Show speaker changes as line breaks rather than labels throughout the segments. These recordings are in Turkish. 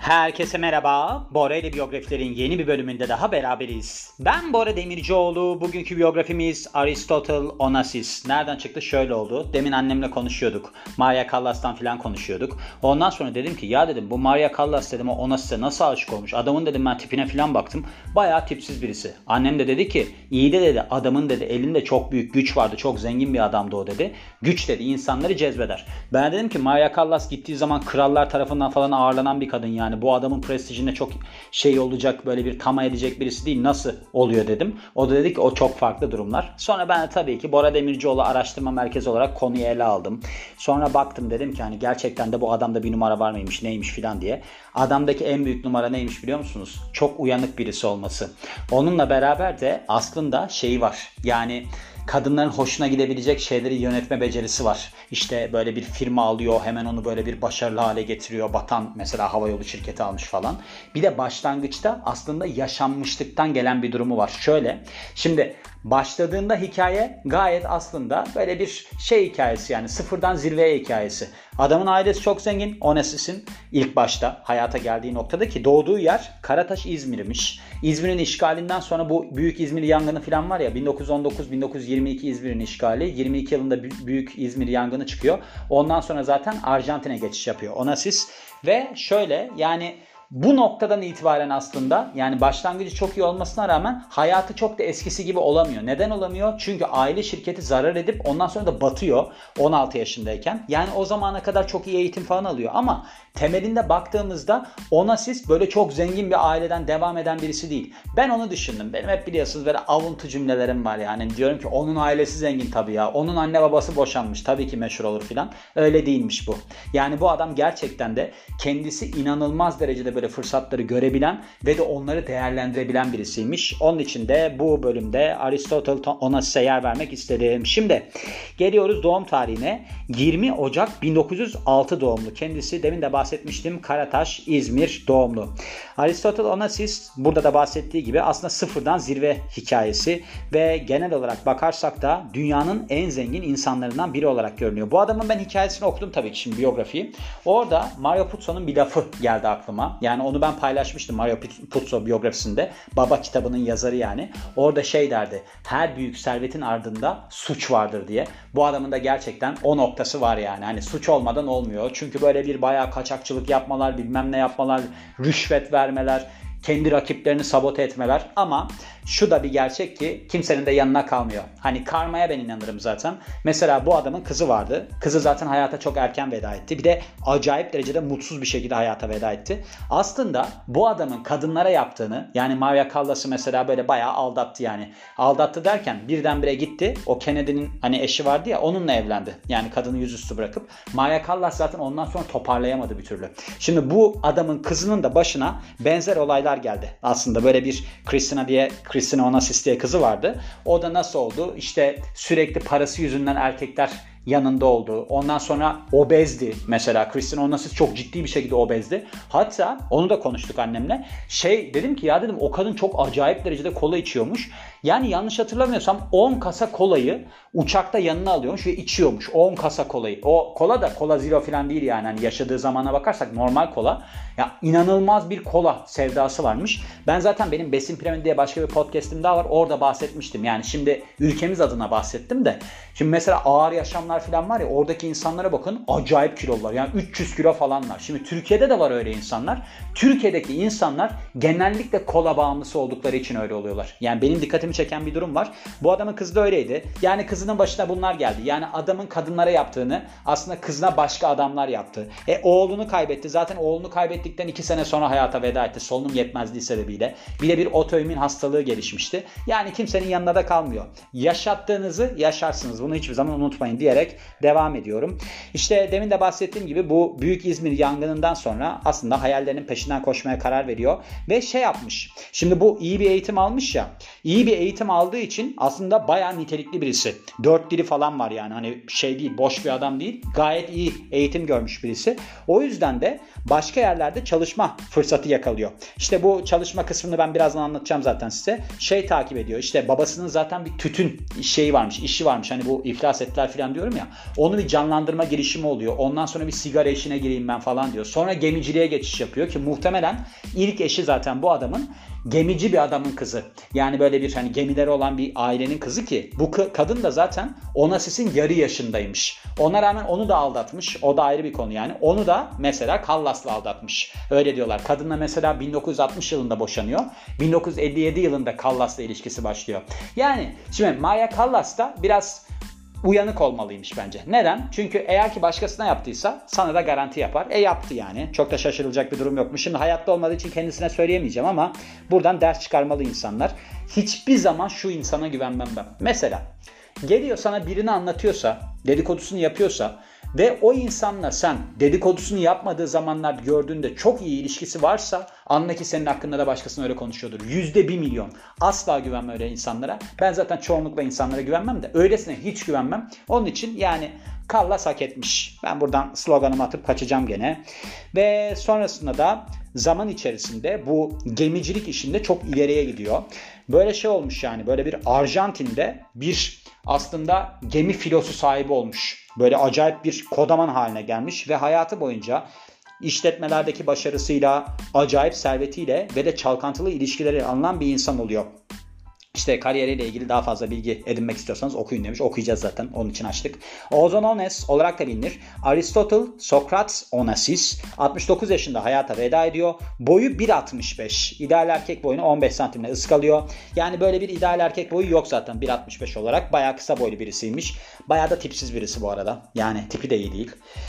Herkese merhaba. Bora ile biyografilerin yeni bir bölümünde daha beraberiz. Ben Bora Demircioğlu. Bugünkü biyografimiz Aristotle Onassis. Nereden çıktı? Şöyle oldu. Demin annemle konuşuyorduk. Maria Callas'tan falan konuşuyorduk. Ondan sonra dedim ki ya dedim bu Maria Callas dedim o Onassis'e nasıl aşık olmuş? Adamın dedim ben tipine falan baktım. Bayağı tipsiz birisi. Annem de dedi ki iyi de dedi adamın dedi elinde çok büyük güç vardı. Çok zengin bir adamdı o dedi. Güç dedi insanları cezbeder. Ben dedim ki Maria Callas gittiği zaman krallar tarafından falan ağırlanan bir kadın yani. Bu adamın prestijine çok şey olacak böyle bir tamah edecek birisi değil. Nasıl oluyor dedim. O da dedi ki o çok farklı durumlar. Sonra ben de tabii ki Bora Demircioğlu Araştırma Merkezi olarak konuyu ele aldım. Sonra baktım dedim ki hani gerçekten de bu adamda bir numara var mıymış neymiş filan diye. Adamdaki en büyük numara neymiş biliyor musunuz? Çok uyanık birisi olması. Onunla beraber de aslında şeyi var. Yani kadınların hoşuna gidebilecek şeyleri yönetme becerisi var. İşte böyle bir firma alıyor, hemen onu böyle bir başarılı hale getiriyor. Batan mesela havayolu şirketi almış falan. Bir de başlangıçta aslında yaşanmışlıktan gelen bir durumu var. Şöyle, şimdi başladığında hikaye gayet aslında böyle bir şey hikayesi yani sıfırdan zirveye hikayesi. Adamın ailesi çok zengin. Onassis'in ilk başta hayata geldiği noktada ki doğduğu yer Karataş İzmir'miş. İzmir'in işgalinden sonra bu büyük İzmir yangını falan var ya 1919-1922 İzmir'in işgali. 22 yılında büyük İzmir yangını çıkıyor. Ondan sonra zaten Arjantin'e geçiş yapıyor Onassis. Ve şöyle yani bu noktadan itibaren aslında yani başlangıcı çok iyi olmasına rağmen hayatı çok da eskisi gibi olamıyor. Neden olamıyor? Çünkü aile şirketi zarar edip ondan sonra da batıyor 16 yaşındayken. Yani o zamana kadar çok iyi eğitim falan alıyor ama temelinde baktığımızda Onassis böyle çok zengin bir aileden devam eden birisi değil. Ben onu düşündüm. Benim hep biliyorsunuz böyle avuntu cümlelerim var yani. Diyorum ki onun ailesi zengin tabii ya. Onun anne babası boşanmış. Tabii ki meşhur olur filan. Öyle değilmiş bu. Yani bu adam gerçekten de kendisi inanılmaz derecede böyle fırsatları görebilen ve de onları değerlendirebilen birisiymiş. Onun için de bu bölümde Aristotle Onassis'e yer vermek istedim. Şimdi geliyoruz doğum tarihine. 20 Ocak 1906 doğumlu. Kendisi demin de bahsetmiştim. Karataş, İzmir doğumlu. Aristotle Onassis burada da bahsettiği gibi aslında sıfırdan zirve hikayesi ve genel olarak bakarsak da dünyanın en zengin insanlarından biri olarak görünüyor. Bu adamın ben hikayesini okudum tabii ki şimdi biyografiyi. Orada Mario Puzo'nun bir lafı geldi aklıma. Yani onu ben paylaşmıştım Mario Puzo biyografisinde. Baba kitabının yazarı yani. Orada şey derdi. Her büyük servetin ardında suç vardır diye. Bu adamın da gerçekten o noktası var yani. Hani suç olmadan olmuyor. Çünkü böyle bir bayağı kaçakçılık yapmalar, bilmem ne yapmalar, rüşvet vermeler, kendi rakiplerini sabote etmeler ama şu da bir gerçek ki kimsenin de yanına kalmıyor. Hani karmaya ben inanırım zaten. Mesela bu adamın kızı vardı. Kızı zaten hayata çok erken veda etti. Bir de acayip derecede mutsuz bir şekilde hayata veda etti. Aslında bu adamın kadınlara yaptığını yani Maria Callas'ı mesela böyle bayağı aldattı yani. Aldattı derken birdenbire gitti. O Kennedy'nin hani eşi vardı ya onunla evlendi. Yani kadını yüzüstü bırakıp. Maria Callas zaten ondan sonra toparlayamadı bir türlü. Şimdi bu adamın kızının da başına benzer olaylar geldi. Aslında böyle bir Christina Onassis diye kızı vardı. O da nasıl oldu? İşte sürekli parası yüzünden erkekler yanında oldu. Ondan sonra obezdi mesela. Christina Onassis çok ciddi bir şekilde obezdi. Hatta onu da konuştuk annemle. Dedim ki ya dedim o kadın çok acayip derecede kola içiyormuş. Yani yanlış hatırlamıyorsam 10 kasa kolayı uçakta yanına alıyormuş ve içiyormuş. 10 kasa kolayı. O kola da kola zero falan değil yani. Hani yaşadığı zamana bakarsak normal kola. Ya inanılmaz bir kola sevdası varmış. Ben zaten benim Besin Piramidi diye başka bir podcast'im daha var. Orada bahsetmiştim. Yani şimdi ülkemiz adına bahsettim de. Şimdi mesela ağır yaşamlar falan var ya oradaki insanlara bakın acayip kilolar. Yani 300 kilo falanlar. Şimdi Türkiye'de de var öyle insanlar. Türkiye'deki insanlar genellikle kola bağımlısı oldukları için öyle oluyorlar. Yani benim dikkatimi çeken bir durum var. Bu adamın kızı da öyleydi. Yani kızının başına bunlar geldi. Yani adamın kadınlara yaptığını aslında kızına başka adamlar yaptı. Oğlunu kaybetti. Zaten oğlunu kaybettikten 2 sene sonra hayata veda etti. Solunum yetmezliği sebebiyle. Bir de bir otoimmün hastalığı gelişmişti. Yani kimsenin yanına da kalmıyor. Yaşattığınızı yaşarsınız. Bunu hiçbir zaman unutmayın diyerek devam ediyorum. İşte demin de bahsettiğim gibi bu büyük İzmir yangınından sonra aslında hayallerinin peşinden koşmaya karar veriyor ve şey yapmış. Şimdi bu iyi bir eğitim almış ya. İyi bir eğitim aldığı için aslında bayağı nitelikli birisi. 4 dili falan var yani. Hani şey değil, boş bir adam değil. Gayet iyi eğitim görmüş birisi. O yüzden de başka yerlerde çalışma fırsatı yakalıyor. İşte bu çalışma kısmını ben birazdan anlatacağım zaten size. Takip ediyor. İşte babasının zaten bir tütün şeyi varmış, işi varmış. Hani bu iflas ettiler falan diyorum diyorum ya. Onu bir canlandırma girişimi oluyor. Ondan sonra bir sigara işine gireyim ben falan diyor. Sonra gemiciliğe geçiş yapıyor ki muhtemelen ilk eşi zaten bu adamın gemici bir adamın kızı. Yani böyle bir hani gemileri olan bir ailenin kızı ki bu kadın da zaten Onassis'in yarı yaşındaymış. Ona rağmen onu da aldatmış. O da ayrı bir konu yani. Onu da mesela Callas'la aldatmış. Öyle diyorlar. Kadınla mesela 1960 yılında boşanıyor. 1957 yılında Callas'la ilişkisi başlıyor. Yani şimdi Maya Callas da biraz uyanık olmalıymış bence. Neden? Çünkü eğer ki başkasına yaptıysa sana da garanti yapar. Yaptı yani. Çok da şaşırılacak bir durum yokmuş. Şimdi hayatta olmadığı için kendisine söyleyemeyeceğim ama buradan ders çıkarmalı insanlar. Hiçbir zaman şu insana güvenmem ben. Mesela geliyor sana birini anlatıyorsa, dedikodusunu yapıyorsa ve o insanla sen dedikodusunu yapmadığı zamanlar gördüğünde çok iyi ilişkisi varsa anla ki senin hakkında da başkasına öyle konuşuyordur. %1.000.000. Asla güvenme öyle insanlara. Ben zaten çoğunlukla insanlara güvenmem de öylesine hiç güvenmem. Onun için yani Callas hak etmiş. Ben buradan sloganımı atıp kaçacağım gene. Ve sonrasında da zaman içerisinde bu gemicilik işinde çok ileriye gidiyor. Böyle şey olmuş yani böyle bir Arjantin'de bir aslında gemi filosu sahibi olmuş. Böyle acayip bir kodaman haline gelmiş ve hayatı boyunca işletmelerdeki başarısıyla, acayip servetiyle ve de çalkantılı ilişkileri alınan bir insan oluyor. İşte kariyeriyle ilgili daha fazla bilgi edinmek istiyorsanız okuyun demiş. Okuyacağız zaten. Onun için açtık. Ozonones olarak da bilinir. Aristotle Sokrates Onassis 69 yaşında hayata veda ediyor. Boyu 1.65. İdeal erkek boyunu 15 santimle ıskalıyor. Yani böyle bir ideal erkek boyu yok zaten 1.65 olarak. Bayağı kısa boylu birisiymiş. Bayağı da tipsiz birisi bu arada. Yani tipi de iyi değil.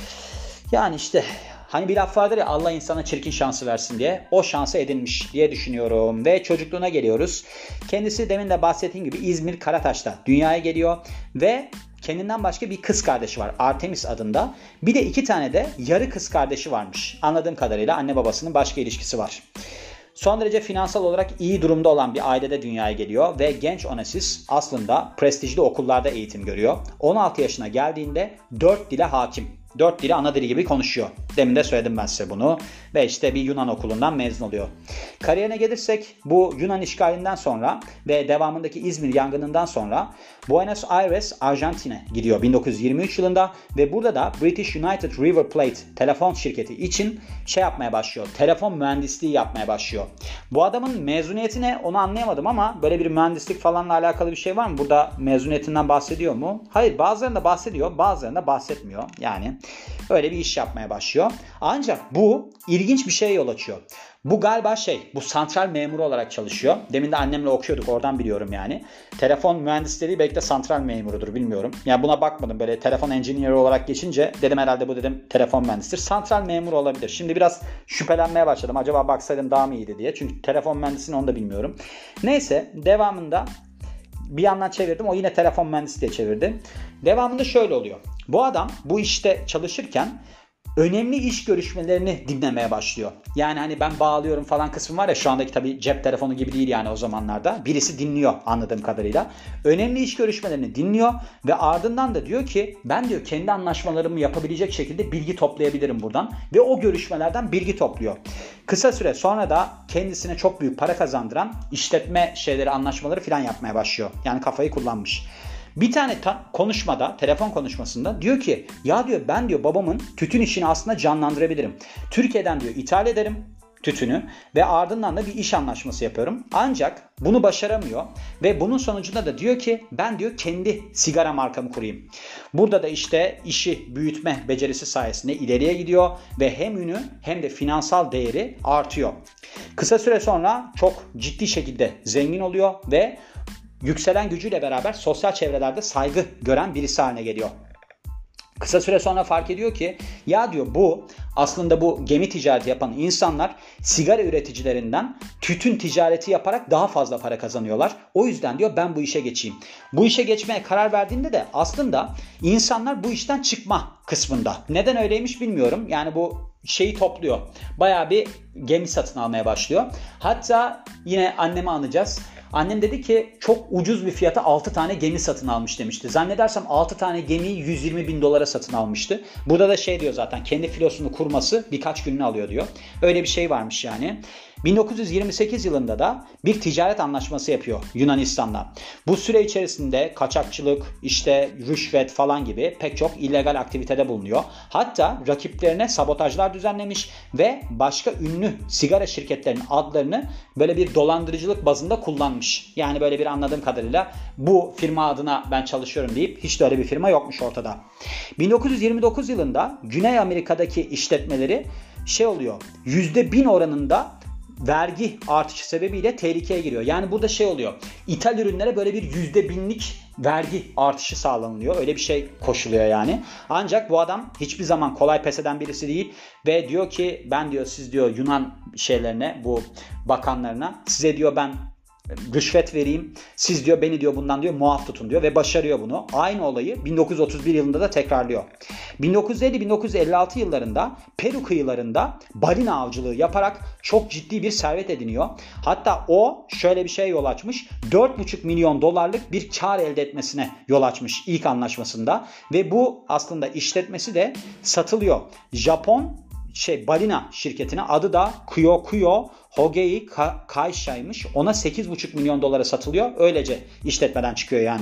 Yani işte hani bir laf vardır ya Allah insana çirkin şansı versin diye. O şansı edinmiş diye düşünüyorum. Ve çocukluğuna geliyoruz. Kendisi demin de bahsettiğim gibi İzmir Karataş'ta dünyaya geliyor. Ve kendinden başka bir kız kardeşi var. Artemis adında. Bir de 2 tane de yarı kız kardeşi varmış. Anladığım kadarıyla anne babasının başka ilişkisi var. Son derece finansal olarak iyi durumda olan bir ailede dünyaya geliyor ve genç Onassis aslında prestijli okullarda eğitim görüyor. 16 yaşına geldiğinde 4 dile hakim. 4 dili ana dili gibi konuşuyor. Demin de söyledim ben size bunu. Ve işte bir Yunan okulundan mezun oluyor. Kariyerine gelirsek bu Yunan işgalinden sonra ve devamındaki İzmir yangınından sonra Buenos Aires, Arjantin'e gidiyor 1923 yılında ve burada da British United River Plate telefon şirketi için yapmaya başlıyor. Telefon mühendisliği yapmaya başlıyor. Bu adamın mezuniyeti ne onu anlayamadım ama böyle bir mühendislik falanla alakalı bir şey var mı? Burada mezuniyetinden bahsediyor mu? Hayır, bazılarında bahsediyor, bazılarında bahsetmiyor. Yani öyle bir iş yapmaya başlıyor. Ancak bu ilginç bir şeye yol açıyor. Bu galiba bu santral memuru olarak çalışıyor. Demin de annemle okuyorduk, oradan biliyorum yani. Telefon mühendisleri belki de santral memurudur, bilmiyorum. Yani buna bakmadım, böyle telefon engineer olarak geçince dedim herhalde bu telefon mühendisidir. Santral memuru olabilir. Şimdi biraz şüphelenmeye başladım. Acaba baksaydım daha mı iyiydi diye. Çünkü telefon mühendisini onu da bilmiyorum. Neyse, devamında bir yandan çevirdim. O yine telefon mühendisi diye çevirdi. Devamında şöyle oluyor. Bu adam bu işte çalışırken önemli iş görüşmelerini dinlemeye başlıyor. Yani hani ben bağlıyorum falan kısmı var ya, şu andaki tabii cep telefonu gibi değil yani o zamanlarda. Birisi dinliyor anladığım kadarıyla. Önemli iş görüşmelerini dinliyor ve ardından da diyor ki ben diyor kendi anlaşmalarımı yapabilecek şekilde bilgi toplayabilirim buradan. Ve o görüşmelerden bilgi topluyor. Kısa süre sonra da kendisine çok büyük para kazandıran işletme anlaşmaları falan yapmaya başlıyor. Yani kafayı kullanmış. Bir tane konuşmada, telefon konuşmasında diyor ki ya diyor ben diyor babamın tütün işini aslında canlandırabilirim. Türkiye'den diyor ithal ederim tütünü ve ardından da bir iş anlaşması yapıyorum. Ancak bunu başaramıyor ve bunun sonucunda da diyor ki ben diyor kendi sigara markamı kurayım. Burada da işte işi büyütme becerisi sayesinde ileriye gidiyor ve hem ünü hem de finansal değeri artıyor. Kısa süre sonra çok ciddi şekilde zengin oluyor ve yükselen gücüyle beraber sosyal çevrelerde saygı gören birisi haline geliyor. Kısa süre sonra fark ediyor ki ya diyor bu aslında bu gemi ticareti yapan insanlar sigara üreticilerinden tütün ticareti yaparak daha fazla para kazanıyorlar. O yüzden diyor ben bu işe geçeyim. Bu işe geçmeye karar verdiğinde de aslında insanlar bu işten çıkma kısmında. Neden öyleymiş bilmiyorum. Yani bu topluyor. Bayağı bir gemi satın almaya başlıyor. Hatta yine annemi anacağız. Annem dedi ki çok ucuz bir fiyata 6 tane gemi satın almış demişti. Zannedersem 6 tane gemiyi 120 bin dolara satın almıştı. Burada da şey diyor zaten, kendi filosunu kurması birkaç gününü alıyor diyor. Öyle bir şey varmış yani. 1928 yılında da bir ticaret anlaşması yapıyor Yunanistan'la. Bu süre içerisinde kaçakçılık, işte rüşvet falan gibi pek çok illegal aktivitede bulunuyor. Hatta rakiplerine sabotajlar düzenlemiş ve başka ünlü sigara şirketlerinin adlarını böyle bir dolandırıcılık bazında kullanmış. Yani böyle bir anladığım kadarıyla bu firma adına ben çalışıyorum deyip hiç de öyle bir firma yokmuş ortada. 1929 yılında Güney Amerika'daki işletmeleri şey oluyor, %1000 oranında vergi artışı sebebiyle tehlikeye giriyor. Yani burada şey oluyor. İthal ürünlere böyle bir %1000'lik vergi artışı sağlanılıyor. Öyle bir şey koşuluyor yani. Ancak bu adam hiçbir zaman kolay pes eden birisi değil ve diyor ki ben diyor siz diyor Yunan şeylerine, bu bakanlarına, size diyor ben rüşvet vereyim. Siz diyor beni diyor bundan diyor muaf tutun diyor ve başarıyor bunu. Aynı olayı 1931 yılında da tekrarlıyor. 1950-1956 yıllarında Peru kıyılarında balina avcılığı yaparak çok ciddi bir servet ediniyor. Hatta o şöyle bir şey yol açmış. 4,5 milyon dolarlık bir kar elde etmesine yol açmış ilk anlaşmasında ve bu aslında işletmesi de satılıyor. Japon balina şirketine, adı da Kyokuyo Hogei Kaisha'ymış. Ona 8,5 milyon dolara satılıyor. Öylece işletmeden çıkıyor yani.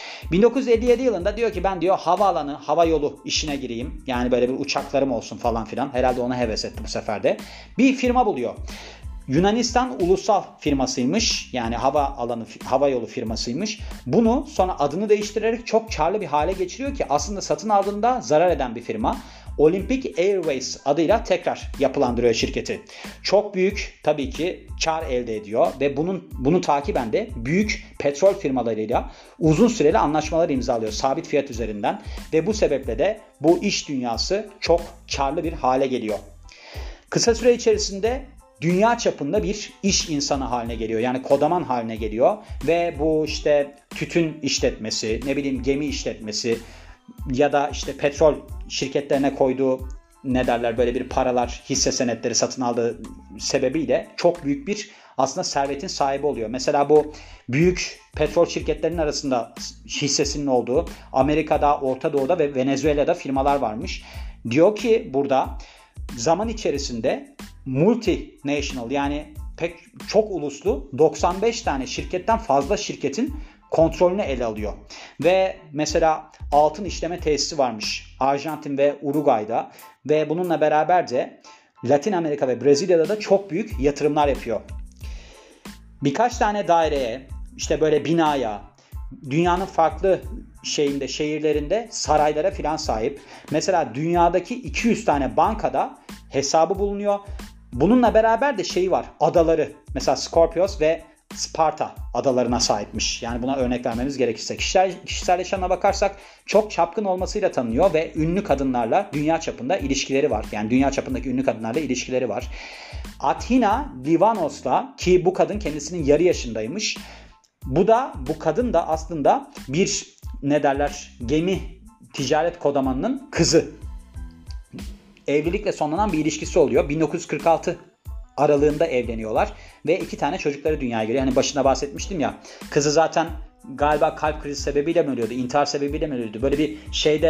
1957 yılında diyor ki ben diyor havaalanı, hava yolu işine gireyim. Yani böyle bir uçaklarım olsun falan filan. Herhalde ona heves etti bu sefer de. Bir firma buluyor. Yunanistan ulusal firmasıymış. Yani hava yolu firmasıymış. Bunu sonra adını değiştirerek çok karlı bir hale geçiriyor ki aslında satın aldığında zarar eden bir firma. Olympic Airways adıyla tekrar yapılandırıyor şirketi. Çok büyük tabii ki kar elde ediyor ve bunu takiben de büyük petrol firmalarıyla uzun süreli anlaşmalar imzalıyor sabit fiyat üzerinden ve bu sebeple de bu iş dünyası çok karlı bir hale geliyor. Kısa süre içerisinde dünya çapında bir iş insanı haline geliyor. Yani kodaman haline geliyor ve bu işte tütün işletmesi, ne bileyim gemi işletmesi ya da işte petrol şirketlerine koyduğu böyle bir paralar, hisse senetleri satın aldığı sebebiyle çok büyük bir aslında servetin sahibi oluyor. Mesela bu büyük petrol şirketlerinin arasında hissesinin olduğu Amerika'da, Orta Doğu'da ve Venezuela'da firmalar varmış. Diyor ki burada zaman içerisinde multinational yani çok uluslu 95 tane şirketten fazla şirketin kontrolünü ele alıyor. Ve mesela altın işleme tesisi varmış Arjantin ve Uruguay'da ve bununla beraber de Latin Amerika ve Brezilya'da da çok büyük yatırımlar yapıyor. Birkaç tane daireye, işte böyle binaya, dünyanın farklı şehirlerinde saraylara filan sahip. Mesela dünyadaki 200 tane bankada hesabı bulunuyor. Bununla beraber de var, adaları. Mesela Skorpios ve Sparta adalarına sahipmiş. Yani buna örnek vermemiz gerekirse. Kişisel yaşamına bakarsak çok çapkın olmasıyla tanınıyor ve ünlü kadınlarla dünya çapında ilişkileri var. Yani dünya çapındaki ünlü kadınlarla ilişkileri var. Athina Livanos'la, ki bu kadın kendisinin yarı yaşındaymış. Bu kadın da aslında bir gemi ticaret kodamanının kızı. Evlilikle sonlanan bir ilişkisi oluyor. 1946 aralığında evleniyorlar ve 2 tane çocukları dünyaya geliyor. Yani başında bahsetmiştim ya, kızı zaten galiba kalp krizi sebebiyle mi ölüyordu, intihar sebebiyle mi ölüyordu? Böyle bir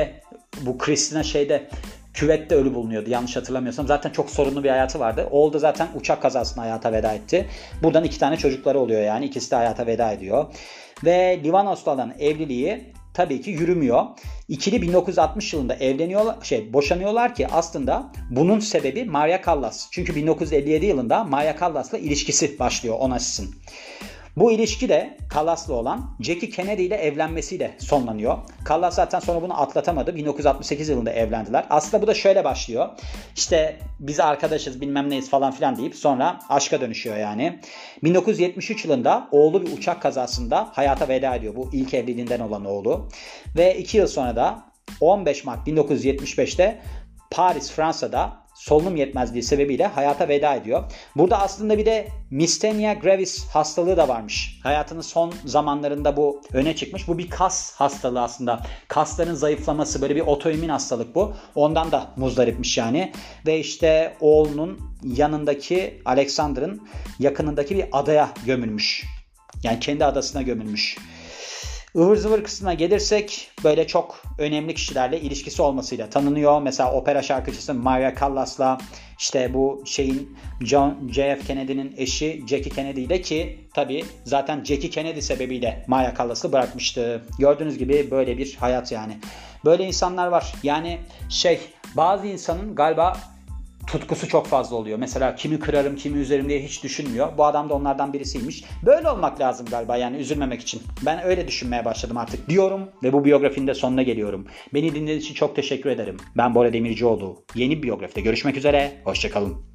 bu Kristina küvette ölü bulunuyordu yanlış hatırlamıyorsam. Zaten çok sorunlu bir hayatı vardı. Oğul da zaten uçak kazasında hayata veda etti. Buradan 2 tane çocukları oluyor yani. İkisi de hayata veda ediyor. Ve Livanos'la olan evliliği tabii ki yürümüyor. İkili 1960 yılında boşanıyorlar ki aslında bunun sebebi Maria Callas. Çünkü 1957 yılında Maria Callas'la ilişkisi başlıyor Onassis'in. Bu ilişki de Callas'la olan Jackie Kennedy ile evlenmesiyle sonlanıyor. Callas zaten sonra bunu atlatamadı. 1968 yılında evlendiler. Aslında bu da şöyle başlıyor. İşte biz arkadaşız bilmem neyiz falan filan deyip sonra aşka dönüşüyor yani. 1973 yılında oğlu bir uçak kazasında hayata veda ediyor. Bu ilk evliliğinden olan oğlu. Ve 2 yıl sonra da 15 Mart 1975'te Paris, Fransa'da solunum yetmezliği sebebiyle hayata veda ediyor. Burada aslında bir de Myasthenia gravis hastalığı da varmış. Hayatının son zamanlarında bu öne çıkmış. Bu bir kas hastalığı aslında. Kasların zayıflaması, böyle bir otoimmün hastalık bu. Ondan da muzdaripmiş yani. Ve işte oğlunun yanındaki Alexander'ın yakınındaki bir adaya gömülmüş. Yani kendi adasına gömülmüş. Ivır zıvır kısmına gelirsek böyle çok önemli kişilerle ilişkisi olmasıyla tanınıyor. Mesela opera şarkıcısı Maria Callas'la işte bu John F. Kennedy'nin eşi Jackie Kennedy ile, ki tabii zaten Jackie Kennedy sebebiyle Maria Callas'ı bırakmıştı. Gördüğünüz gibi böyle bir hayat yani. Böyle insanlar var. Yani bazı insanın galiba tutkusu çok fazla oluyor. Mesela kimi kırarım, kimi üzerim diye hiç düşünmüyor. Bu adam da onlardan birisiymiş. Böyle olmak lazım galiba, yani üzülmemek için. Ben öyle düşünmeye başladım artık diyorum ve bu biyografinin de sonuna geliyorum. Beni dinlediğiniz için çok teşekkür ederim. Ben Bora Demircioğlu. Yeni bir biyografide görüşmek üzere. Hoşçakalın.